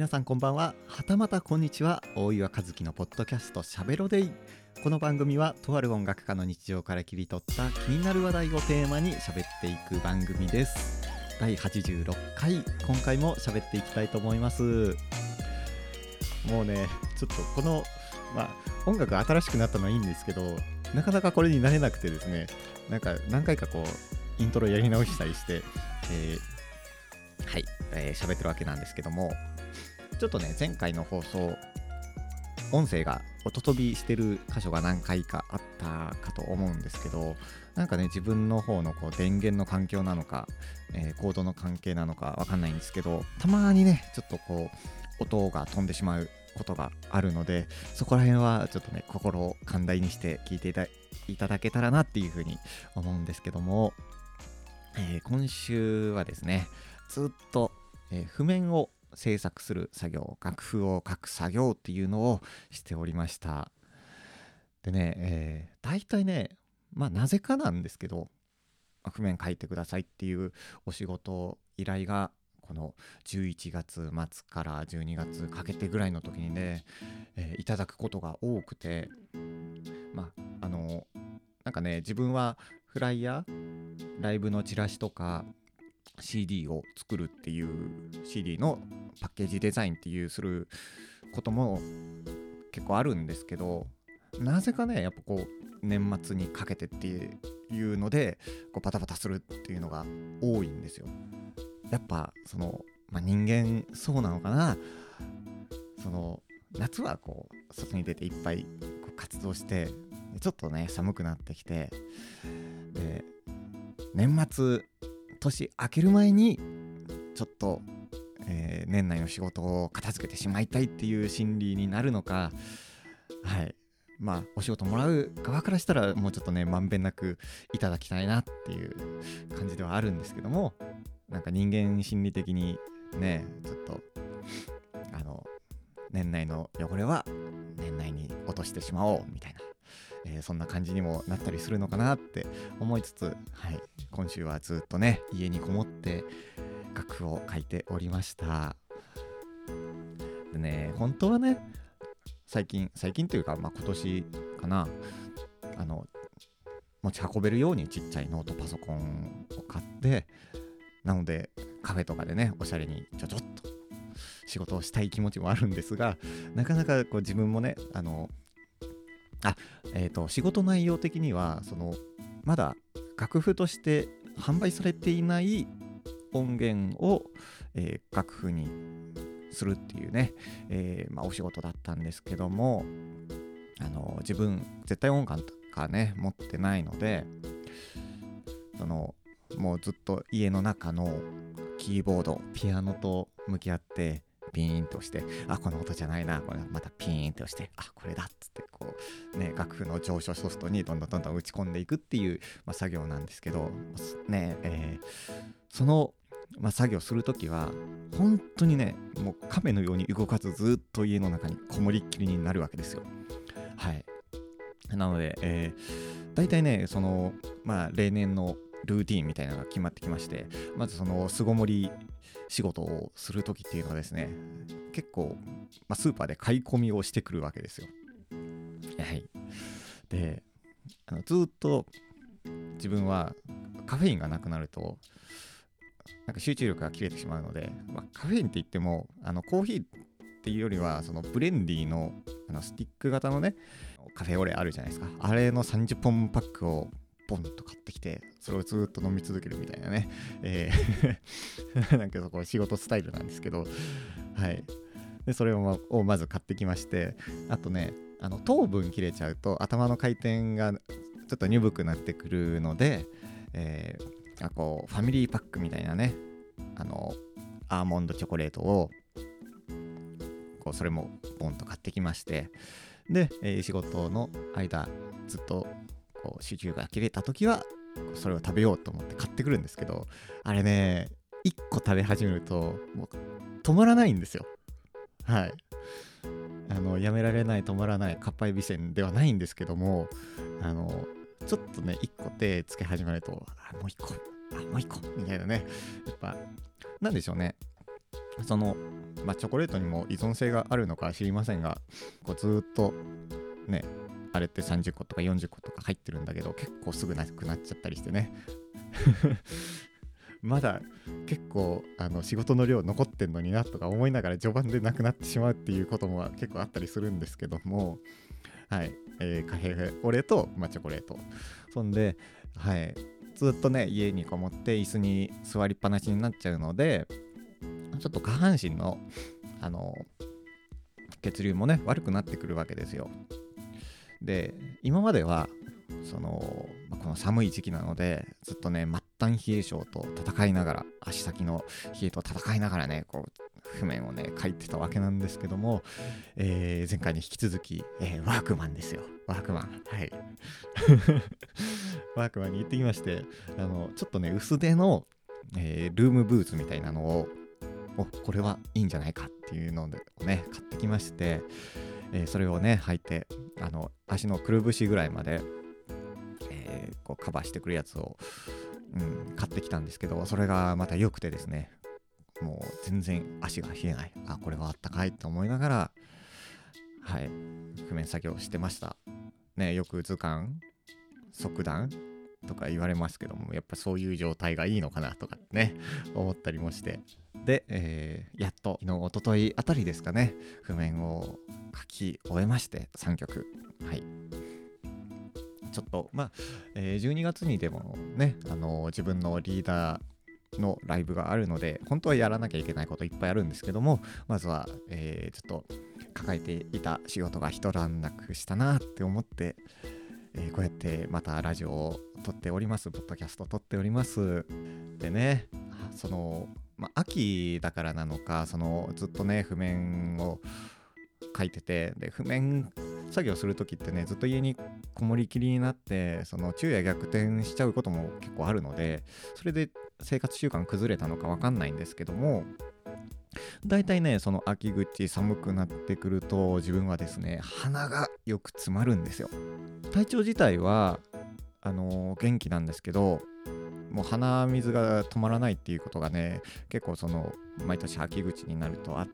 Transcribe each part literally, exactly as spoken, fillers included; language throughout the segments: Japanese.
皆さんこんばんは、はたまたこんにちは。大岩和樹のポッドキャストしゃべろデイ。この番組はとある音楽家の日常から切り取った気になる話題をテーマに喋っていく番組です。だいはちじゅうろっかい、今回も喋っていきたいと思います。もうねちょっとこの、まあ、音楽新しくなったのはいいんですけど、なかなかこれに慣れなくてですね、なんか何回かこうイントロやり直したりして、えー、はい、えー、喋ってるわけなんですけども、ちょっとね前回の放送音声が音飛びしてる箇所が何回かあったかと思うんですけど、なんかね自分の方のこう電源の環境なのか、えー、コードの関係なのかわかんないんですけど、たまにねちょっとこう音が飛んでしまうことがあるので、そこら辺はちょっとね心を寛大にして聞いていた、いただけたらなっていうふうに思うんですけども、えー、今週はですねずっと、えー、譜面を制作する作業、楽譜を書く作業っていうのをしておりました。でね、えー、大体ね、まあなぜかなんですけど、譜面書いてくださいっていうお仕事依頼がこのじゅういちがつ末からじゅうにがつかけてぐらいの時にね、えー、いただくことが多くて、まああのなんかね自分はフライヤー、ライブのチラシとかシーディー を作るっていう シーディー のパッケージデザインっていうすることも結構あるんですけど、なぜかねやっぱこう年末にかけてっていうのでこうパタパタするっていうのが多いんですよ。やっぱその、まあ、人間そうなのかな。その夏はこう外に出ていっぱいこう活動して、ちょっとね寒くなってきて、で年末年明ける前にちょっと、えー、年内の仕事を片付けてしまいたいっていう心理になるのか、はい、まあお仕事もらう側からしたらもうちょっとねまんべんなくいただきたいなっていう感じではあるんですけども、なんか人間心理的にねちょっとあの年内の汚れは年内に落としてしまおうみたいな、えー、そんな感じにもなったりするのかなって思いつつ、はい、今週はずっとね家にこもって楽譜を書いておりました。でね、本当はね最近最近というか、まあ、今年かな、あの持ち運べるようにちっちゃいノートパソコンを買って、なのでカフェとかでねおしゃれにちょちょっと仕事をしたい気持ちもあるんですが、なかなかこう自分もねあのあえーと仕事内容的にはそのまだ楽譜として販売されていない音源を、えー、楽譜にするっていうね、えーまあ、お仕事だったんですけども、あの自分絶対音感とかね持ってないので、そのもうずっと家の中のキーボードピアノと向き合ってピーンとして、あこの音じゃないな、これまたピーンとして、あこれだっつってこうね楽譜の上昇ソフトにどんどんどんどん打ち込んでいくっていう、まあ、作業なんですけどね、えー、その、まあ、作業するときは本当にねもう亀のように動かずずっと家の中にこもりっきりになるわけですよ。はい。なので、えー、大体ねそのまあ例年のルーティーンみたいなのが決まってきまして、まずその巣ごもり仕事をするときっていうのはですね、結構、まあ、スーパーで買い込みをしてくるわけですよ。はい。で、あのずっと自分はカフェインがなくなるとなんか集中力が切れてしまうので、まあ、カフェインって言ってもあのコーヒーっていうよりはそのブレンディーの、あのスティック型のねカフェオレあるじゃないですか。あれのさんじゅっぽんパックをポンと買ってきて、それをずっと飲み続けるみたいなね、えー、なんかそこ仕事スタイルなんですけど、はい。でそれを ま, をまず買ってきまして、あとねあの糖分切れちゃうと頭の回転がちょっと鈍くなってくるので、えー、あこうファミリーパックみたいなね、あのアーモンドチョコレートをこうそれもポンと買ってきまして、で、えー、仕事の間ずっとこう集中が切れた時はそれを食べようと思って買ってくるんですけど、あれねいっこ食べ始めるともう止まらないんですよ。はい。あのやめられない止まらないかっぱえびせんではないんですけども、あのちょっとねいっこ手つけ始めると、あもういっこあもういっこみたいなね、やっぱなんでしょうね、 その、まあ、チョコレートにも依存性があるのか知りませんが、こうずっとね、あれってさんじゅっことかよんじゅっことか入ってるんだけど、結構すぐなくなっちゃったりしてねまだ結構あの仕事の量残ってんのになとか思いながら序盤でなくなってしまうっていうことも結構あったりするんですけども、はい、えー、カフェオレと、まあ、チョコレート、そんで、はい、ずっとね家にこもって椅子に座りっぱなしになっちゃうので、ちょっと下半身のあの血流もね悪くなってくるわけですよ。で、今まではその、まあ、この寒い時期なのでずっとね末端冷え性と戦いながら、足先の冷えと戦いながらね、こう譜面をね書いてたわけなんですけども、えー、前回に引き続き、えー、ワークマンですよ。ワークマン、はいワークマンに行ってきまして、あのちょっとね薄手の、えー、ルームブーツみたいなのを、おこれはいいんじゃないかっていうのをね買ってきまして、えー、それをね履いて、あの足のくるぶしぐらいまで、えー、こうカバーしてくるやつを、うん、買ってきたんですけど、それがまた良くてですね、もう全然足が冷えない、あこれはあったかいと思いながら、はい譜面作業してましたね。よく図鑑速暖とか言われますけども、やっぱそういう状態がいいのかなとかね思ったりもして、で、えー、やっと昨日一昨日あたりですかね、譜面を書き終えましてさんきょく、はいちょっとまあ、えー、じゅうにがつにでもね、あのー、自分のリーダーのライブがあるので、本当はやらなきゃいけないこといっぱいあるんですけども、まずは、えー、ちょっと抱えていた仕事が一段落したなって思って、えー、こうやってまたラジオを撮っております、ポッドキャスト撮っております。でね、その、まあ、秋だからなのか、そのずっとね譜面を書いてて、で譜面作業するときってね、ずっと家にこもりきりになって、その昼夜逆転しちゃうことも結構あるので、それで生活習慣崩れたのかわかんないんですけども、だいたいねその秋口寒くなってくると、自分はですね鼻がよく詰まるんですよ。体調自体はあのー、元気なんですけど、もう鼻水が止まらないっていうことがね結構その毎年秋口になるとあって、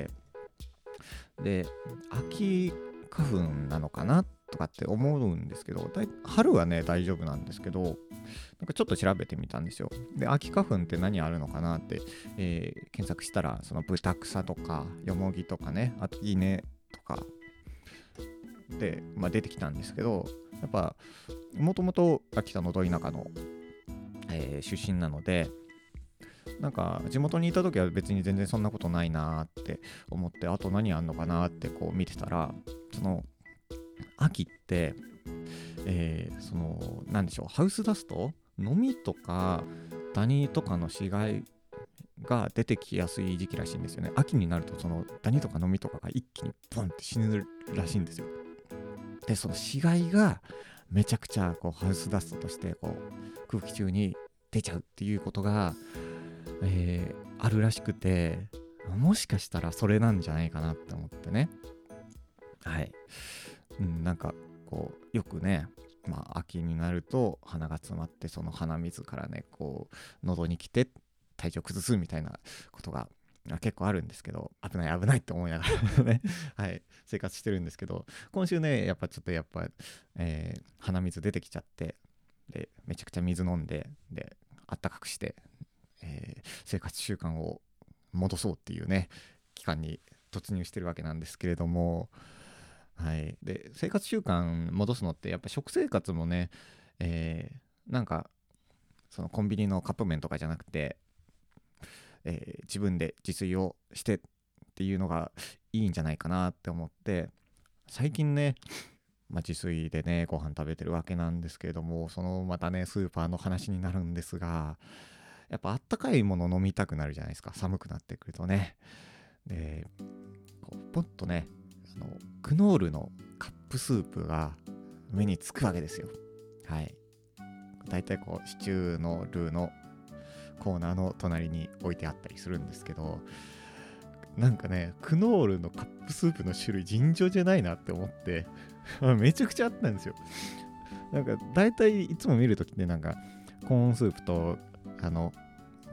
で秋花粉なのかなとかって思うんですけど、春はね大丈夫なんですけど、なんかちょっと調べてみたんですよ。で秋花粉って何あるのかなって、えー、検索したら、そのブタクサとかヨモギとかね、あと稲とかで、まあ、出てきたんですけど、やっぱもともと秋田のど田舎の、えー、出身なので、なんか地元にいた時は別に全然そんなことないなって思って、あと何あんのかなってこう見てたら、その秋って、えー、そのなんでしょう、ハウスダスト、ノミとかダニとかの死骸が出てきやすい時期らしいんですよね。秋になるとそのダニとかノミとかが一気にポンって死ぬらしいんですよ。でその死骸がめちゃくちゃこうハウスダストとしてこう空気中に出ちゃうっていうことが、えー、あるらしくて、もしかしたらそれなんじゃないかなって思ってね。はい、うん、なんかこうよくね、まあ秋になると鼻が詰まって、その鼻水からねこう喉に来て体調崩すみたいなことが結構あるんですけど、危ない危ないって思いながらねはい生活してるんですけど、今週ねやっぱちょっとやっぱ、えー、鼻水出てきちゃって、でめちゃくちゃ水飲んで、であったかくして、えー、生活習慣を戻そうっていうね期間に突入してるわけなんですけれども、はい、で生活習慣戻すのってやっぱ食生活もね、えー、なんかそのコンビニのカップ麺とかじゃなくて、えー、自分で自炊をしてっていうのがいいんじゃないかなって思って、最近ね、まあ、自炊でねご飯食べてるわけなんですけれども、そのまたねスーパーの話になるんですが、やっぱあったかいもの飲みたくなるじゃないですか、寒くなってくるとね。でこうポッとね、あのクノールのカップスープが目につくわけですよ。はい、だいたいこうシチューのルーのコーナーの隣に置いてあったりするんですけど、なんかねクノールのカップスープの種類尋常じゃないなって思ってめちゃくちゃあったんですよ。なんかだいたいいつも見るときってなんかコーンスープとあの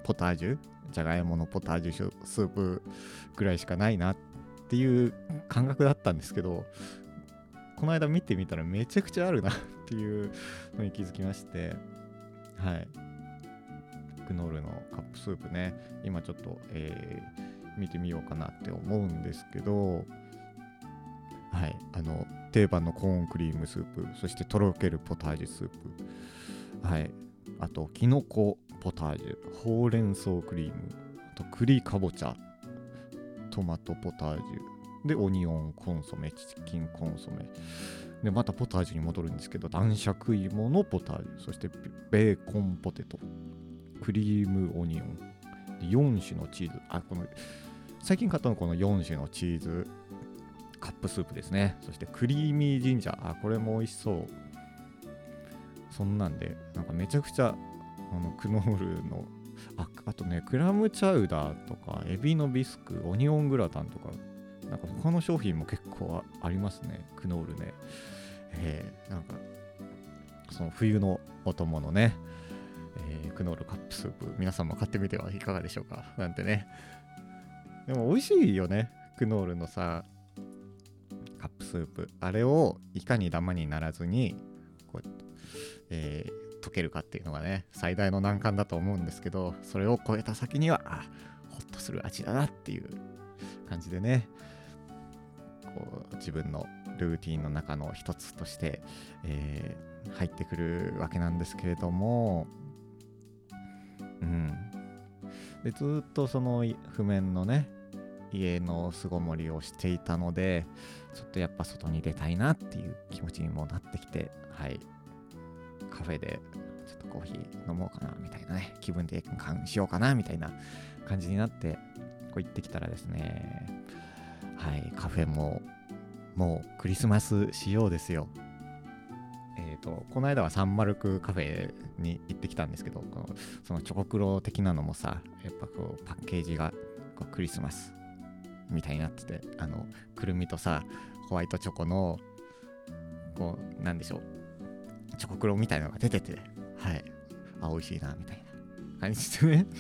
ポタージュ、じゃがいものポタージュスープぐらいしかないなっていう感覚だったんですけど、この間見てみたらめちゃくちゃあるなっていうのに気づきまして、はい、クノールのカップスープね、今ちょっと、えー、見てみようかなって思うんですけど、はい、あの定番のコーンクリームスープ、そしてとろけるポタージュスープ、はい、あときのこポタージュ、ほうれん草クリーム、あと栗かぼちゃ、トマトポタージュでオニオンコンソメ、チキンコンソメで、またポタージュに戻るんですけど、男爵芋のポタージュ、そしてベーコンポテト、クリームオニオンでよん種のチーズ、あ、この最近買ったのこのよん種のチーズカップスープですね。そしてクリーミージンジャー、あ、これも美味しそう。そんなんでなんかめちゃくちゃあのクノールの あ, あとねクラムチャウダーとかエビのビスク、オニオングラタンとか、なんか他の商品も結構 あ, ありますね、クノールね。えー、なんかその冬のお供のね、えー、クノールカップスープ、皆さんも買ってみてはいかがでしょうかなんてね。でも美味しいよね、クノールのさカップスープ。あれをいかにダマにならずにこう、えー、溶けるかっていうのがね最大の難関だと思うんですけど、それを超えた先にはあホッとする味だなっていう感じでね、こう自分のルーティンの中の一つとして、えー、入ってくるわけなんですけれども、うんでずっとその譜面のね家の巣ごもりをしていたので、ちょっとやっぱ外に出たいなっていう気持ちにもなってきて、はい、カフェでちょっとコーヒー飲もうかなみたいなね、気分転換しようかなみたいな感じになってこう行ってきたらですね、はい、カフェももうクリスマス仕様ですよ。えーと、この間はサンマルクカフェに行ってきたんですけど、このそのチョコクロ的なのもさ、やっぱこうパッケージがこうクリスマスみたいになってて、あのくるみとさホワイトチョコのこうなんでしょうチョコクロみたいなのが出てて、はい、あ美味しいなみたいな感じでね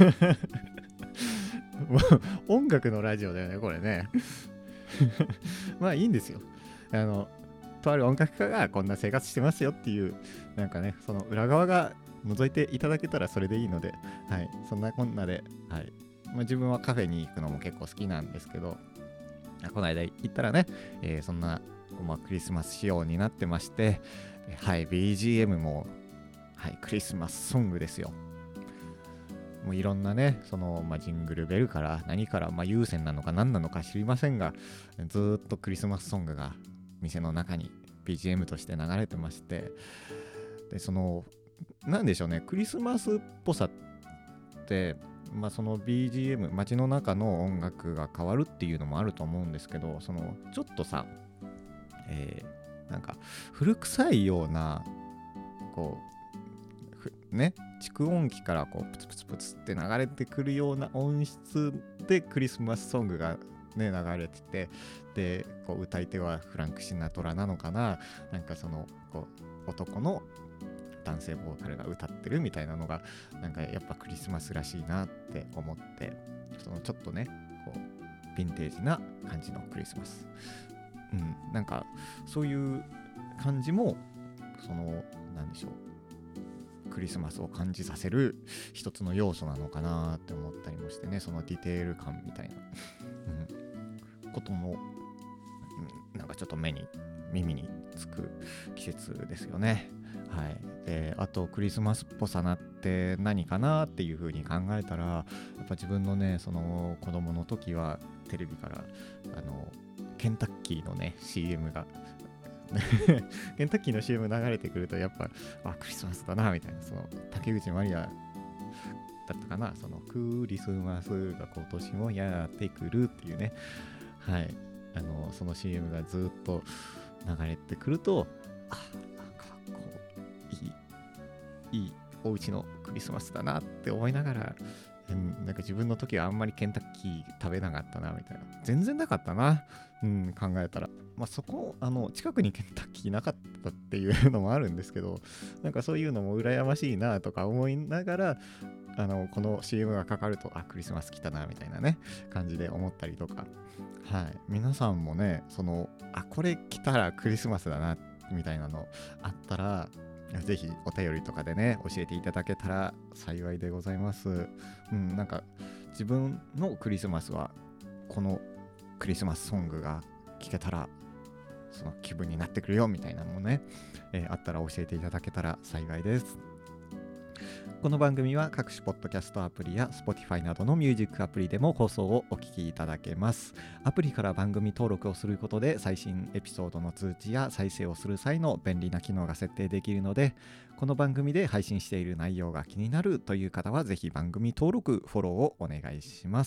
もう音楽のラジオだよねこれねまあいいんですよ、あのとある音楽家がこんな生活してますよっていうなんかね、その裏側が覗いていただけたらそれでいいので、はい、そんなこんなで、はい、まあ、自分はカフェに行くのも結構好きなんですけど、この間行ったらね、えー、そんな、まあ、クリスマス仕様になってまして、はい、ビージーエム も、はい、クリスマスソングですよ。もういろんなね、その、まあ、ジングルベルから何から、まあ、有線なのか何なのか知りませんが、ずーっとクリスマスソングが店の中に ビージーエム として流れてまして、でそのなんでしょうね、クリスマスっぽさって、まあ、その ビージーエム 街の中の音楽が変わるっていうのもあると思うんですけど、そのちょっとさ、えー、なんか古臭いようなこうね蓄音機からこうプツプツプツって流れてくるような音質でクリスマスソングがね流れてて、でこう歌い手はフランク・シナトラなのかな、なんかそのこう男の男性ボーカルが歌ってるみたいなのがなんかやっぱクリスマスらしいなって思って、そのちょっとねこうヴィンテージな感じのクリスマス、うん、なんかそういう感じもそのなんでしょうクリスマスを感じさせる一つの要素なのかなって思ったりもしてね、そのディテール感みたいな、うん、ことも、うん、なんかちょっと目に耳につく季節ですよね。はい、であとクリスマスっぽさなって何かなっていう風に考えたら、やっぱ自分のねその子供の時はテレビからあのケンタッキーのね シーエム がケンタッキーの シーエム 流れてくるとやっぱあクリスマスだなみたいな、その竹内まりやだったかな、そのクリスマスが今年もやってくるっていうね、はい、あのその シーエム がずっと流れてくると、あいいお家のクリスマスだなって思いながら、うん、なんか自分の時はあんまりケンタッキー食べなかったなみたいな、全然なかったな、うん、考えたら、まあ、そこあの近くにケンタッキーなかったっていうのもあるんですけど、なんかそういうのも羨ましいなとか思いながら、 あのこの シーエム がかかるとあクリスマス来たなみたいなね感じで思ったりとか、はい、皆さんもねそのあこれ来たらクリスマスだなみたいなのあったらぜひお便りとかでね教えていただけたら幸いでございます。うん、なんか自分のクリスマスはこのクリスマスソングが聴けたらその気分になってくるよみたいなのもね、えー、あったら教えていただけたら幸いです。この番組は各種ポッドキャストアプリや Spotify などのミュージックアプリでも放送をお聞きいただけます。アプリから番組登録をすることで最新エピソードの通知や再生をする際の便利な機能が設定できるので、この番組で配信している内容が気になるという方はぜひ番組登録、フォローをお願いします。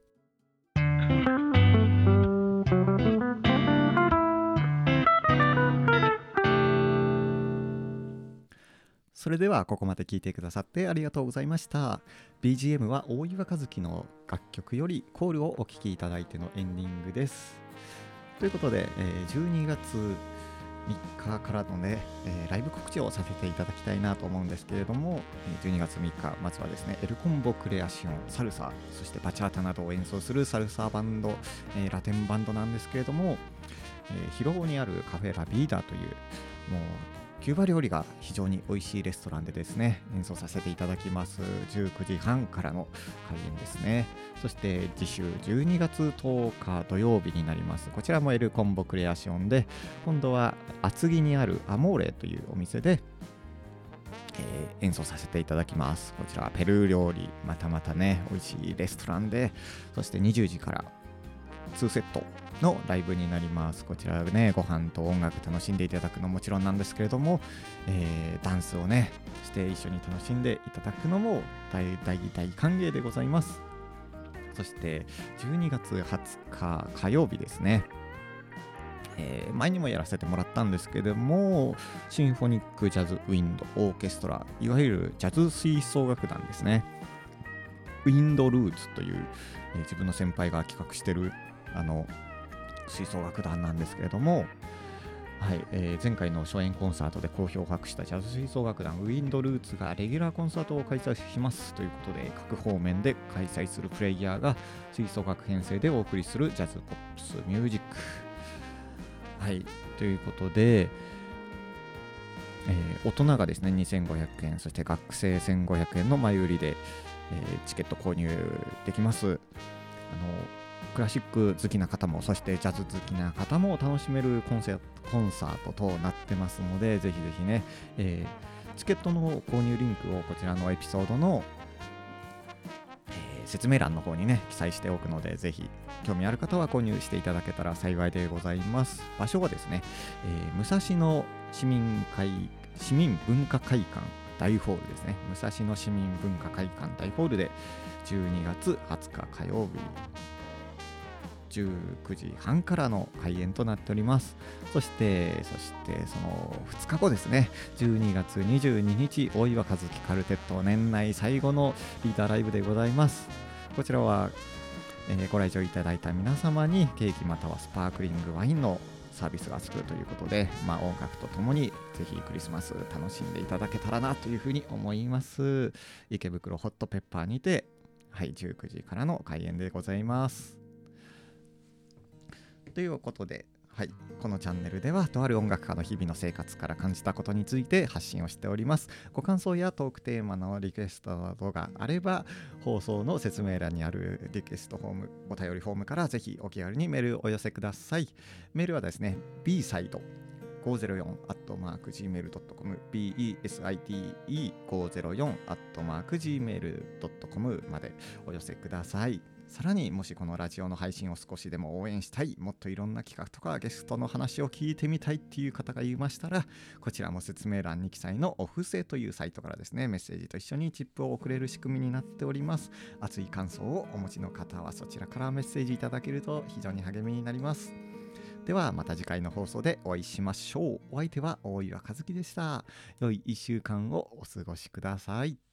それではここまで聞いてくださってありがとうございました。 ビージーエム は大岩和樹の楽曲よりコールをお聴きいただいてのエンディングです。ということで、えー、じゅうにがつみっかからのね、えー、ライブ告知をさせていただきたいなと思うんですけれども、じゅうにがつみっかまずはですねエルコンボクレアシオン、サルサ、そしてバチャータなどを演奏するサルサバンド、えー、ラテンバンドなんですけれども、えー、広尾にあるカフェラビーダというもうキューバ料理が非常に美味しいレストランでですね演奏させていただきます。じゅうくじはんからの開演ですね。そして次週じゅうにがつとおか土曜日になります。こちらもエルコンボクレアションで、今度は厚木にあるアモーレというお店で、えー、演奏させていただきます。こちらはペルー料理、またまたね美味しいレストランで、そしてにじゅうじからにセットのライブになります。こちらねご飯と音楽楽しんでいただくのもちろんなんですけれども、えー、ダンスをねして一緒に楽しんでいただくのも大大大歓迎でございます。そしてじゅうにがつはつか火曜日ですね、えー、前にもやらせてもらったんですけども、シンフォニックジャズウィンドオーケストラ、いわゆるジャズ吹奏楽団ですね。ウィンドルーツという、えー、自分の先輩が企画してるあの吹奏楽団なんですけれども、はいえー、前回の初演コンサートで好評を博したジャズ吹奏楽団ウィンドルーツがレギュラーコンサートを開催しますということで、各方面で開催するプレイヤーが吹奏楽編成でお送りするジャズポップスミュージック、はいということで、えー、大人がですねにせんごひゃくえん、そして学生せんごひゃくえんの前売りで、えー、チケット購入できます。あのクラシック好きな方も、そしてジャズ好きな方も楽しめるコンセコンサートとなってますので、ぜひぜひね、えー、チケットの購入リンクをこちらのエピソードの、えー、説明欄の方にね記載しておくので、ぜひ興味ある方は購入していただけたら幸いでございます。場所はですね、えー、武蔵野市民会市民文化会館大ホールですね。武蔵野市民文化会館大ホールでじゅうにがつはつか火曜日じゅうくじはんからの開演となっております。そしてそしてそのふつかごですね、じゅうにがつにじゅうににち、大岩和樹カルテット年内最後のリーダーライブでございます。こちらは、えー、ご来場いただいた皆様にケーキまたはスパークリングワインのサービスがつくということで、まあ、音楽とともにぜひクリスマス楽しんでいただけたらなというふうに思います。池袋ホットペッパーにて、はい、じゅうくじからの開演でございます。ということで、はい、このチャンネルではとある音楽家の日々の生活から感じたことについて発信をしております。ご感想やトークテーマのリクエストなどがあれば、放送の説明欄にあるリクエストフォーム、お便りフォームからぜひお気軽にメールをお寄せください。メールはですね ビーサイドごーぜろよん アットマーク ジーメールドットコム ビーイーエスアイティーイーごーぜろよん アットマーク ジーメールドットコム までお寄せください。さらにもしこのラジオの配信を少しでも応援したい、もっといろんな企画とかゲストの話を聞いてみたいっていう方がいましたら、こちらも説明欄に記載のオフセというサイトからですねメッセージと一緒にチップを送れる仕組みになっております。熱い感想をお持ちの方はそちらからメッセージいただけると非常に励みになります。ではまた次回の放送でお会いしましょう。お相手は大岩和樹でした。良いいっしゅうかんをお過ごしください。